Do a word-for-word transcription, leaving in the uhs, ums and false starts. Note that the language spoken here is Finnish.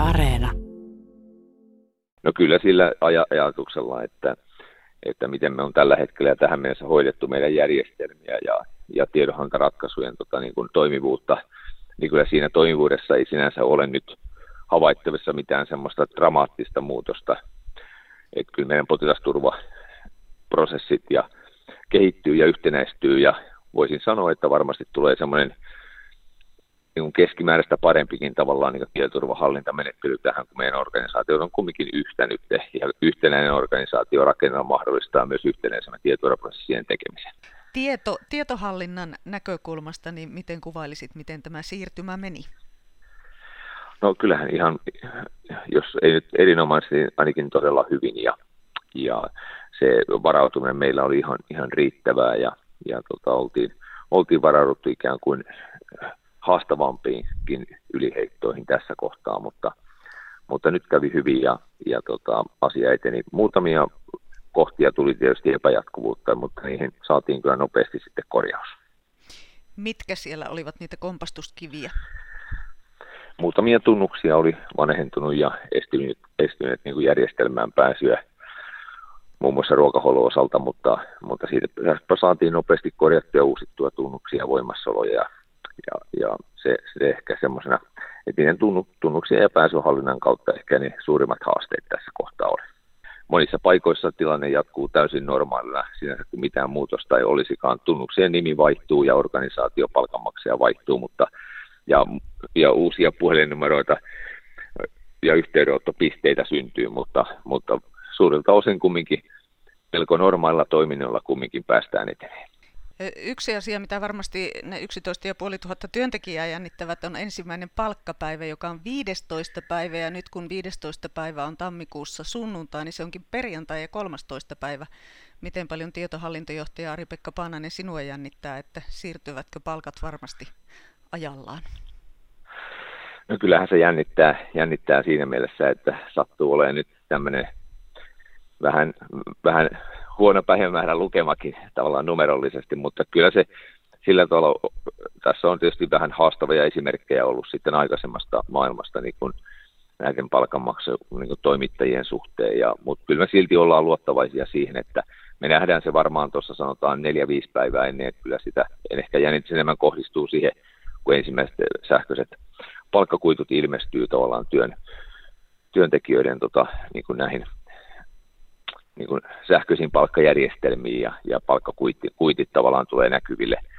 Areena. No kyllä sillä aj- ajatuksella, että, että miten me on tällä hetkellä ja tähän mennessä hoidettu meidän järjestelmiä ja, ja tiedonhankaratkaisujen tota, niin kuin toimivuutta, niin kyllä siinä toimivuudessa ei sinänsä ole nyt havaittavissa mitään semmoista dramaattista muutosta. Että kyllä meidän potilasturvaprosessit ja kehittyy ja yhtenäistyy ja voisin sanoa, että varmasti tulee semmoinen niin keskimääräistä parempikin tavallaan niin tietoturvahallintamenettely tähän, kun meidän organisaatio on kumminkin yhtä nyt ja yhtenäinen organisaatio rakentaa mahdollistaa myös yhtenäisemmän tietoturvaprosessien tekemisen. Tieto, tietohallinnan näkökulmasta, niin miten kuvailisit, miten tämä siirtymä meni? No kyllähän ihan, jos ei nyt erinomaisesti, niin ainakin todella hyvin ja, ja se varautuminen meillä oli ihan, ihan riittävää ja, ja tota, oltiin, oltiin varauduttu ikään kuin haastavampiinkin yliheittoihin tässä kohtaa, mutta, mutta nyt kävi hyvin ja, ja tota, asia eteni. Muutamia kohtia tuli tietysti epäjatkuvuutta, mutta niihin saatiin kyllä nopeasti sitten korjaus. Mitkä siellä olivat niitä kompastuskiviä? Muutamia tunnuksia oli vanhentunut ja estyneet, estyneet niin kuin järjestelmään pääsyä muun muassa ruokahuollon osalta, mutta, mutta siitä saatiin nopeasti korjattua uusittua tunnuksia voimassaoloja ja, ja, ja se, se ehkä semmoisena, että niiden tunnuksia ja pääsyhallinnan kautta ehkä ne suurimmat haasteet tässä kohtaa oli. Monissa paikoissa tilanne jatkuu täysin normaalina, sinänsä kun mitään muutosta ei olisikaan. Tunnuksien nimi vaihtuu ja organisaatio palkanmaksaja vaihtuu, mutta ja, ja uusia puhelinnumeroita ja yhteydenottopisteitä syntyy, mutta, mutta suurilta osin kumminkin melko normaalilla toiminnoilla kumminkin päästään eteneen. Yksi asia, mitä varmasti ne yksitoista tuhatta viisisataa työntekijää jännittävät, on ensimmäinen palkkapäivä, joka on viidestoista päivä, ja nyt kun viidestoista päivä on tammikuussa sunnuntai, niin se onkin perjantai ja kolmastoista päivä. Miten paljon tietohallintojohtaja Ari-Pekka Paananen sinua jännittää, että siirtyvätkö palkat varmasti ajallaan? No kyllähän se jännittää, jännittää siinä mielessä, että sattuu olemaan nyt tämmöinen vähän, vähän huono päivämäärä lukemakin tavallaan numerollisesti, mutta kyllä se sillä tavalla, tässä on tietysti vähän haastavia esimerkkejä ollut sitten aikaisemmasta maailmasta niin kuin näiden palkanmaksu niin kuin toimittajien suhteen, ja, mutta kyllä me silti ollaan luottavaisia siihen, että me nähdään se varmaan tuossa sanotaan neljä viisi päivää ennen, että kyllä sitä ehkä jännitys enemmän kohdistuu siihen, kun ensimmäiset sähköiset palkkakuitut ilmestyy tavallaan työn, työntekijöiden tota, niin kuin näihin niin kuin sähköisiin palkkajärjestelmiin ja, ja palkkakuitit tavallaan tulee näkyville.